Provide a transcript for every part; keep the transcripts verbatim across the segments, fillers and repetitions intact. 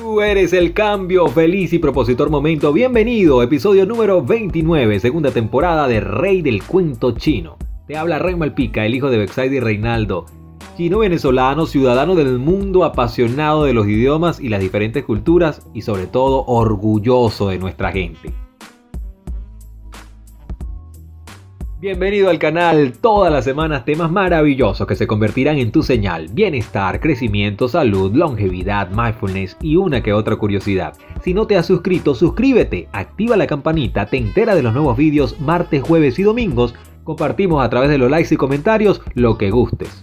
Tú eres el cambio, feliz y propositor momento. Bienvenido, episodio número veintinueve, segunda temporada de Rey del Cuento Chino. Te habla Rey Malpica, el hijo de Bexaide y Reinaldo. Chino venezolano, ciudadano del mundo, apasionado de los idiomas y las diferentes culturas y sobre todo orgulloso de nuestra gente. Bienvenido al canal, todas las semanas temas maravillosos que se convertirán en tu señal, bienestar, crecimiento, salud, longevidad, mindfulness y una que otra curiosidad. Si no te has suscrito, suscríbete, activa la campanita, te entera de los nuevos vídeos martes, jueves y domingos, compartimos a través de los likes y comentarios lo que gustes.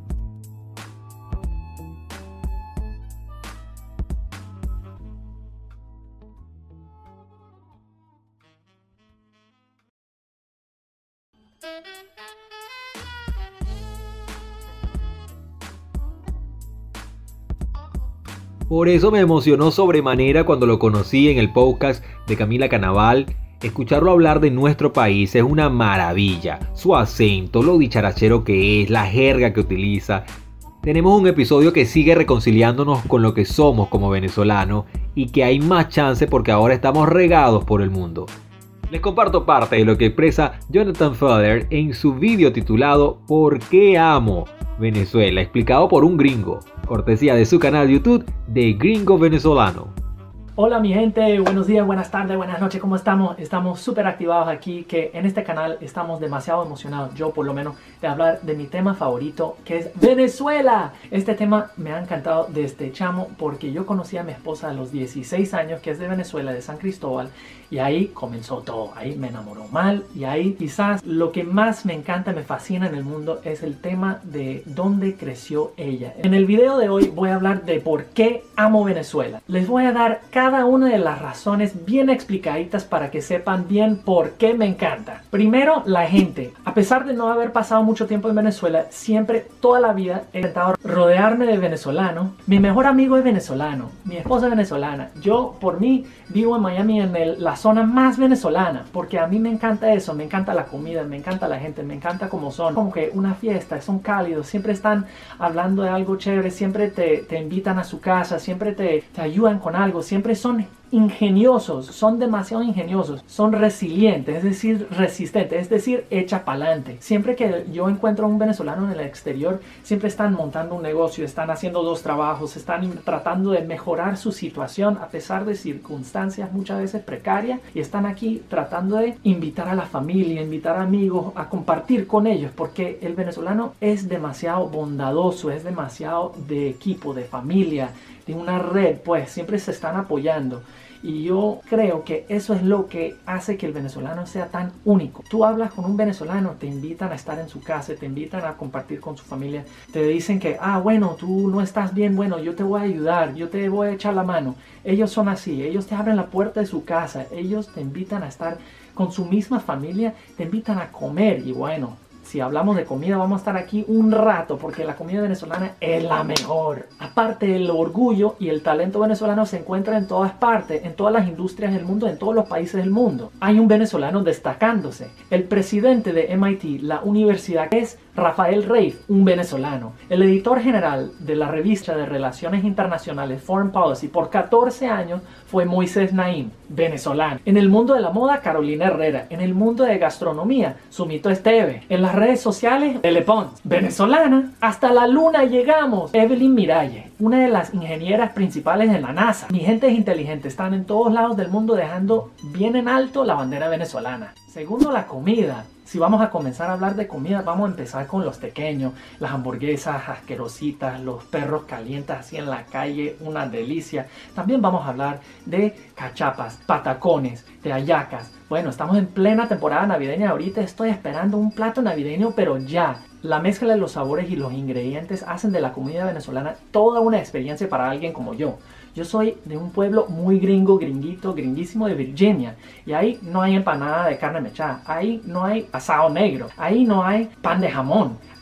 Por eso me emocionó sobremanera cuando lo conocí en el podcast de Camila Canaval. Escucharlo hablar de nuestro país es una maravilla. Su acento, lo dicharachero que es, la jerga que utiliza. Tenemos un episodio que sigue reconciliándonos con lo que somos como venezolanos y que hay más chance porque ahora estamos regados por el mundo. Les comparto parte de lo que expresa Jonathan Feather en su vídeo titulado ¿Por qué amo Venezuela?, explicado por un gringo, cortesía de su canal de YouTube de Gringo Venezolano. Hola mi gente, buenos días, buenas tardes, buenas noches, ¿cómo estamos? Estamos súper activados aquí, que en este canal estamos demasiado emocionados, yo por lo menos, de hablar de mi tema favorito, que es Venezuela. Este tema me ha encantado desde chamo porque yo conocí a mi esposa a los dieciséis años, que es de Venezuela, de San Cristóbal, y ahí comenzó todo, ahí me enamoró mal, y ahí quizás lo que más me encanta, me fascina en el mundo es el tema de dónde creció ella. En el video de hoy voy a hablar de por qué amo Venezuela. Les voy a dar cada cada una de las razones bien explicaditas para que sepan bien por qué me encanta. Primero, la gente. A pesar de no haber pasado mucho tiempo en Venezuela, siempre, toda la vida he intentado rodearme de venezolanos. Mi mejor amigo es venezolano, mi esposa es venezolana. Yo, por mí, vivo en Miami, en el, la zona más venezolana, porque a mí me encanta eso, me encanta la comida, me encanta la gente, me encanta cómo son. Como que una fiesta, son cálidos, siempre están hablando de algo chévere, siempre te, te invitan a su casa, siempre te, te ayudan con algo, siempre son ingeniosos, son demasiado ingeniosos, son resilientes, es decir, resistentes, es decir, echa pa'lante. Siempre que yo encuentro a un venezolano en el exterior, siempre están montando un negocio, están haciendo dos trabajos, están tratando de mejorar su situación a pesar de circunstancias muchas veces precarias, y están aquí tratando de invitar a la familia, invitar a amigos a compartir con ellos, porque el venezolano es demasiado bondadoso, es demasiado de equipo, de familia, de una red, pues siempre se están apoyando. Y yo creo que eso es lo que hace que el venezolano sea tan único. Tú hablas con un venezolano, te invitan a estar en su casa, te invitan a compartir con su familia, te dicen que, ah, bueno, tú no estás bien, bueno, yo te voy a ayudar, yo te voy a echar la mano. Ellos son así, ellos te abren la puerta de su casa, ellos te invitan a estar con su misma familia, te invitan a comer. Y bueno, si hablamos de comida, vamos a estar aquí un rato porque la comida venezolana es la mejor. Aparte, el orgullo y el talento venezolano se encuentra en todas partes, en todas las industrias del mundo, en todos los países del mundo. Hay un venezolano destacándose. El presidente de M I T, la universidad, es Rafael Reif, un venezolano. El editor general de la revista de Relaciones Internacionales Foreign Policy por catorce años fue Moisés Naim, venezolano. En el mundo de la moda, Carolina Herrera. En el mundo de gastronomía, Sumito Esteve. En las redes sociales, Lele Pons, venezolana. Hasta la luna llegamos, Evelyn Miralle, una de las ingenieras principales de la NASA. Mi gente es inteligente, están en todos lados del mundo dejando bien en alto la bandera venezolana. Segundo, la comida. Si vamos a comenzar a hablar de comida, vamos a empezar con los tequeños, las hamburguesas asquerositas, los perros calientes así en la calle, una delicia. También vamos a hablar de cachapas, patacones, de hallacas. Bueno, estamos en plena temporada navideña. Ahorita estoy esperando un plato navideño, pero ya. La mezcla de los sabores y los ingredientes hacen de la comida venezolana toda una experiencia para alguien como yo. Yo soy de un pueblo muy gringo, gringuito, gringuísimo de Virginia. Y ahí no hay empanada de carne mechada. Ahí no hay asado negro. Ahí no hay pan de jamón.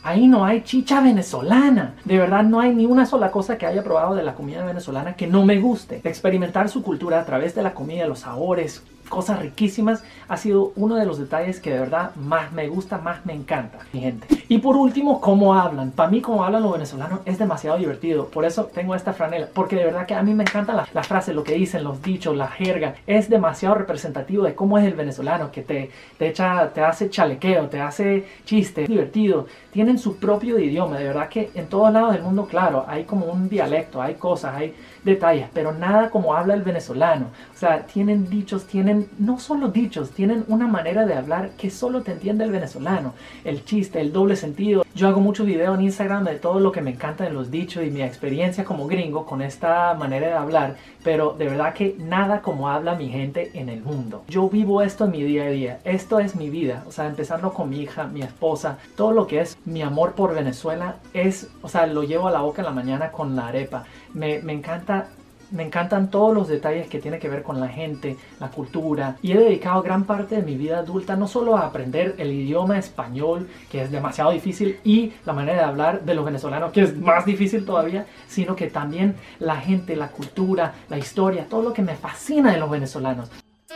ahí no hay chicha venezolana. De verdad no hay ni una sola cosa que haya probado de la comida venezolana que no me guste. Experimentar su cultura a través de la comida, los sabores, cosas riquísimas, ha sido uno de los detalles que de verdad más me gusta, más me encanta, mi gente. Y por último, cómo hablan. Para mí, cómo hablan los venezolanos es demasiado divertido. Por eso tengo esta franela, porque de verdad que a mí me encantan las, las frases, lo que dicen, los dichos, la jerga. Es demasiado representativo de cómo es el venezolano, que te, te, echa, te hace chalequeo, te hace chiste, es divertido. Tienen su propio idioma. De verdad que en todos lados del mundo, claro, hay como un dialecto, hay cosas, hay detalles, pero nada como habla el venezolano. O sea, tienen dichos, tienen, no solo dichos, tienen una manera de hablar que solo te entiende el venezolano. El chiste, el doble sentido. Yo hago muchos videos en Instagram de todo lo que me encanta de los dichos y mi experiencia como gringo con esta manera de hablar, pero de verdad que nada como habla mi gente en el mundo. Yo vivo esto en mi día a día, esto es mi vida, o sea, empezando con mi hija, mi esposa, todo lo que es mi amor por Venezuela es, o sea, lo llevo a la boca en la mañana con la arepa. Me, me encanta Me encantan todos los detalles que tienen que ver con la gente, la cultura, y he dedicado gran parte de mi vida adulta no solo a aprender el idioma español, que es demasiado difícil, y la manera de hablar de los venezolanos, que es más difícil todavía, sino que también la gente, la cultura, la historia, todo lo que me fascina de los venezolanos.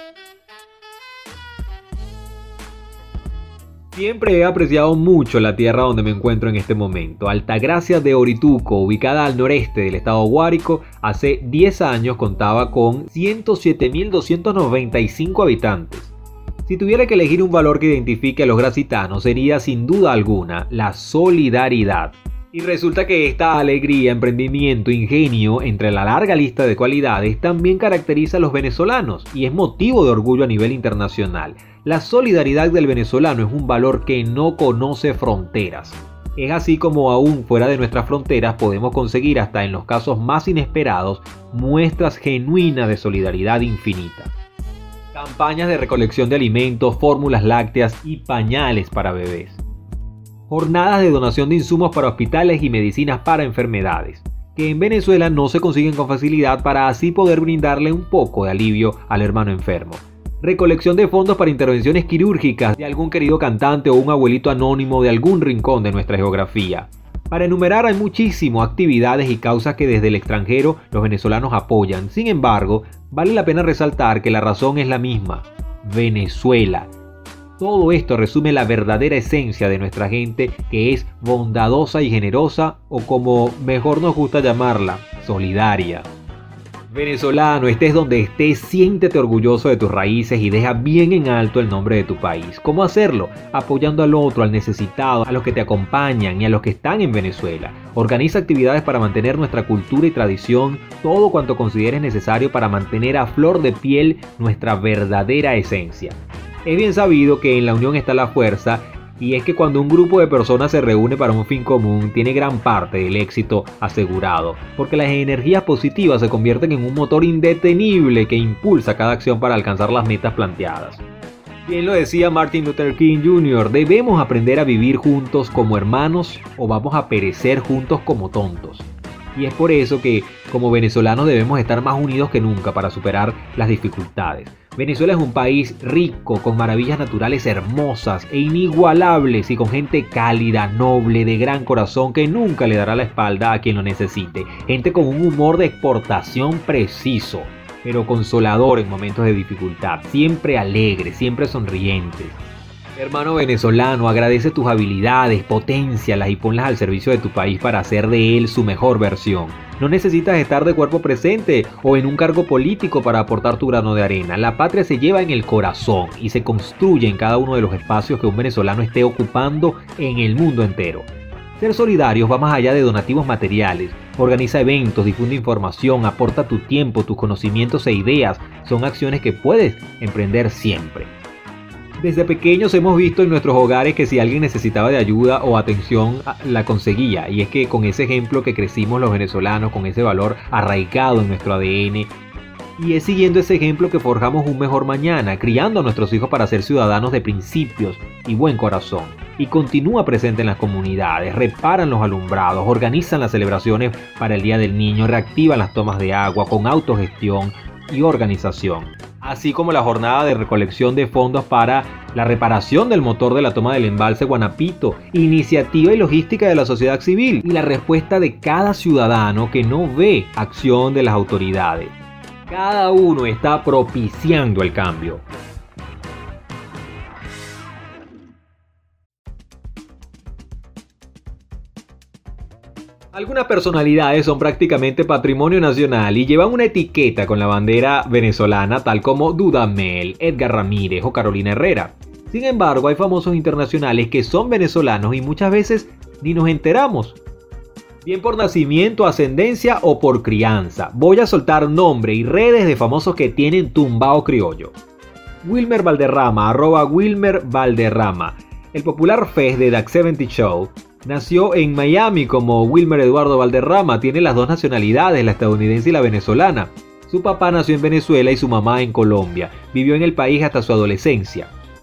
Siempre he apreciado mucho la tierra donde me encuentro en este momento. Altagracia de Orituco, ubicada al noreste del estado Guárico, hace diez años contaba con ciento siete mil doscientos noventa y cinco habitantes. Si tuviera que elegir un valor que identifique a los gracitanos, sería sin duda alguna la solidaridad. Y resulta que esta alegría, emprendimiento, ingenio, entre la larga lista de cualidades, también caracteriza a los venezolanos y es motivo de orgullo a nivel internacional. La solidaridad del venezolano es un valor que no conoce fronteras. Es así como aún fuera de nuestras fronteras podemos conseguir hasta en los casos más inesperados muestras genuinas de solidaridad infinita. Campañas de recolección de alimentos, fórmulas lácteas y pañales para bebés. Jornadas de donación de insumos para hospitales y medicinas para enfermedades, que en Venezuela no se consiguen con facilidad para así poder brindarle un poco de alivio al hermano enfermo. Recolección de fondos para intervenciones quirúrgicas de algún querido cantante o un abuelito anónimo de algún rincón de nuestra geografía. Para enumerar hay muchísimas actividades y causas que desde el extranjero los venezolanos apoyan. Sin embargo, vale la pena resaltar que la razón es la misma: Venezuela. Todo esto resume la verdadera esencia de nuestra gente, que es bondadosa y generosa, o como mejor nos gusta llamarla, solidaria. Venezolano, estés donde estés, siéntete orgulloso de tus raíces y deja bien en alto el nombre de tu país. ¿Cómo hacerlo? Apoyando al otro, al necesitado, a los que te acompañan y a los que están en Venezuela. Organiza actividades para mantener nuestra cultura y tradición, todo cuanto consideres necesario para mantener a flor de piel nuestra verdadera esencia. Es bien sabido que en la unión está la fuerza, y es que cuando un grupo de personas se reúne para un fin común, tiene gran parte del éxito asegurado, porque las energías positivas se convierten en un motor indetenible que impulsa cada acción para alcanzar las metas planteadas. Bien lo decía Martin Luther King junior, debemos aprender a vivir juntos como hermanos o vamos a perecer juntos como tontos. Y es por eso que, como venezolanos, debemos estar más unidos que nunca para superar las dificultades. Venezuela es un país rico, con maravillas naturales hermosas e inigualables y con gente cálida, noble, de gran corazón que nunca le dará la espalda a quien lo necesite. Gente con un humor de exportación preciso, pero consolador en momentos de dificultad. Siempre alegre, siempre sonriente. Hermano venezolano, agradece tus habilidades, poténcialas y ponlas al servicio de tu país para hacer de él su mejor versión. No necesitas estar de cuerpo presente o en un cargo político para aportar tu grano de arena. La patria se lleva en el corazón y se construye en cada uno de los espacios que un venezolano esté ocupando en el mundo entero. Ser solidarios va más allá de donativos materiales. Organiza eventos, difunde información, aporta tu tiempo, tus conocimientos e ideas. Son acciones que puedes emprender siempre. Desde pequeños hemos visto en nuestros hogares que si alguien necesitaba de ayuda o atención, la conseguía. Y es que con ese ejemplo que crecimos los venezolanos, con ese valor arraigado en nuestro A D N, y es siguiendo ese ejemplo que forjamos un mejor mañana, criando a nuestros hijos para ser ciudadanos de principios y buen corazón. Y continúa presente en las comunidades, reparan los alumbrados, organizan las celebraciones para el Día del Niño, reactivan las tomas de agua con autogestión y organización. Así como la jornada de recolección de fondos para la reparación del motor de la toma del embalse Guanapito, iniciativa y logística de la sociedad civil y la respuesta de cada ciudadano que no ve acción de las autoridades. Cada uno está propiciando el cambio. Algunas personalidades son prácticamente patrimonio nacional y llevan una etiqueta con la bandera venezolana, tal como Dudamel, Edgar Ramírez o Carolina Herrera. Sin embargo, hay famosos internacionales que son venezolanos y muchas veces ni nos enteramos. Bien por nacimiento, ascendencia o por crianza. Voy a soltar nombre y redes de famosos que tienen tumbao criollo. Wilmer Valderrama, arroba Wilmer Valderrama. El popular Fez de The setenta Show nació en Miami como Wilmer Eduardo Valderrama. Tiene las dos nacionalidades, la estadounidense y la venezolana. Su papá nació en Venezuela y su mamá en Colombia. Vivió en el país hasta su adolescencia.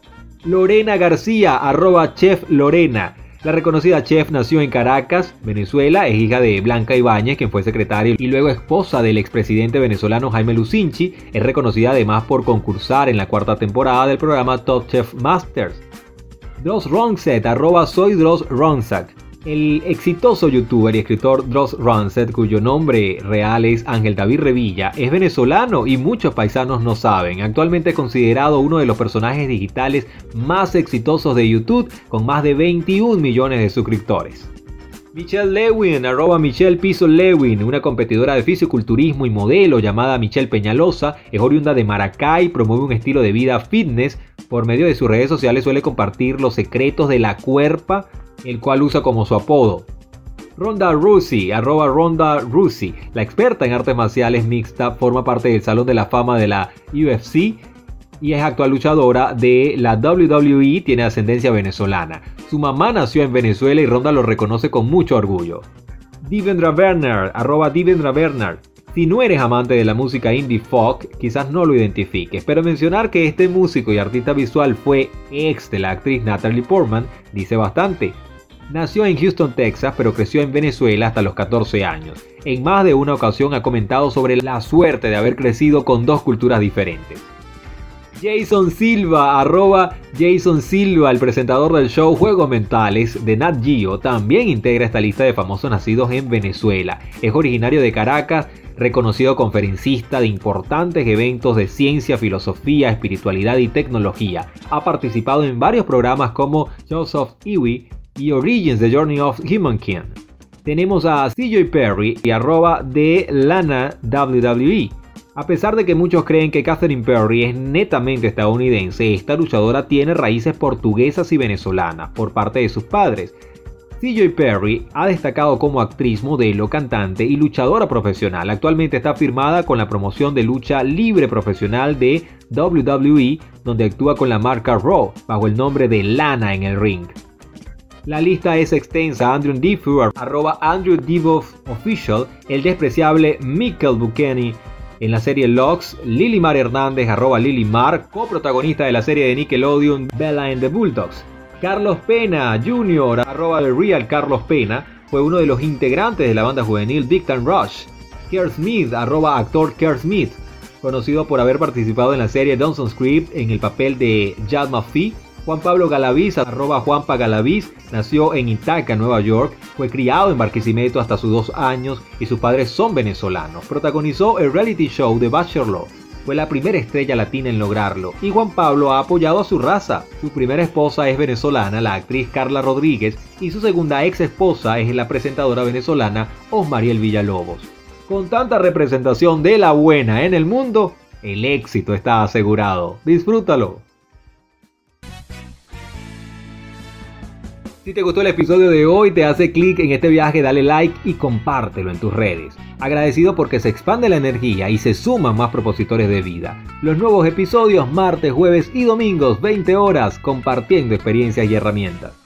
Lorena García, arroba Chef Lorena. La reconocida chef nació en Caracas, Venezuela. Es hija de Blanca Ibáñez, quien fue secretaria y luego esposa del expresidente venezolano Jaime Lucinchi. Es reconocida además por concursar en la cuarta temporada del programa Top Chef Masters. Dross Ronset, arroba soy Dross Ronsack. El exitoso youtuber y escritor Dross Ronset, cuyo nombre real es Ángel David Revilla, es venezolano y muchos paisanos no saben. Actualmente es considerado uno de los personajes digitales más exitosos de YouTube, con más de veintiún millones de suscriptores. Michelle Lewin, arroba Michelle Piso Lewin, una competidora de fisiculturismo y modelo llamada Michelle Peñalosa, es oriunda de Maracay, promueve un estilo de vida fitness. Por medio de sus redes sociales suele compartir los secretos de la cuerpa, el cual usa como su apodo. Ronda Rousey, arroba Ronda Rousey, la experta en artes marciales mixtas, forma parte del Salón de la Fama de la U F C y es actual luchadora de la W W E, tiene ascendencia venezolana. Su mamá nació en Venezuela y Ronda lo reconoce con mucho orgullo. Divendra Bernard, arroba Divendra Bernard. Si no eres amante de la música indie folk, quizás no lo identifiques, pero mencionar que este músico y artista visual fue ex de la actriz Natalie Portman dice bastante. Nació en Houston, Texas, pero creció en Venezuela hasta los catorce años. En más de una ocasión ha comentado sobre la suerte de haber crecido con dos culturas diferentes. Jason Silva, arroba Jason Silva, el presentador del show Juegos Mentales de Nat Geo, también integra esta lista de famosos nacidos en Venezuela. Es originario de Caracas, reconocido conferencista de importantes eventos de ciencia, filosofía, espiritualidad y tecnología. Ha participado en varios programas como Shows of Iwi y Origins, The Journey of Humankind. Tenemos a C J Perry y arroba de Lana W W E. A pesar de que muchos creen que Catherine Perry es netamente estadounidense, esta luchadora tiene raíces portuguesas y venezolanas por parte de sus padres. C J Perry ha destacado como actriz, modelo, cantante y luchadora profesional. Actualmente está firmada con la promoción de lucha libre profesional de W W E, donde actúa con la marca Raw, bajo el nombre de Lana en el ring. La lista es extensa. Andrew Divoff, arroba Andrew Divoff Official, el despreciable Michael Buchanan en la serie Lux, Lily Mar Hernández, arroba Lily Mar, coprotagonista de la serie de Nickelodeon Bella and the Bulldogs. Carlos Pena junior, arroba The Real Carlos Pena, fue uno de los integrantes de la banda juvenil Dick and Rush. Kerr Smith, arroba actor Kerr Smith, conocido por haber participado en la serie Dawson's Creek en el papel de Jad Maffey. Juan Pablo Galaviz, arroba Juanpa Galaviz, nació en Ithaca, Nueva York, fue criado en Barquisimeto hasta sus dos años y sus padres son venezolanos. Protagonizó el reality show The Bachelor, fue la primera estrella latina en lograrlo y Juan Pablo ha apoyado a su raza. Su primera esposa es venezolana, la actriz Carla Rodríguez, y su segunda ex esposa es la presentadora venezolana Osmariel Villalobos. Con tanta representación de la buena en el mundo, el éxito está asegurado. Disfrútalo. Si te gustó el episodio de hoy, te hace clic en este viaje, dale like y compártelo en tus redes. Agradecido porque se expande la energía y se suman más propositores de vida. Los nuevos episodios martes, jueves y domingos, veinte horas, compartiendo experiencias y herramientas.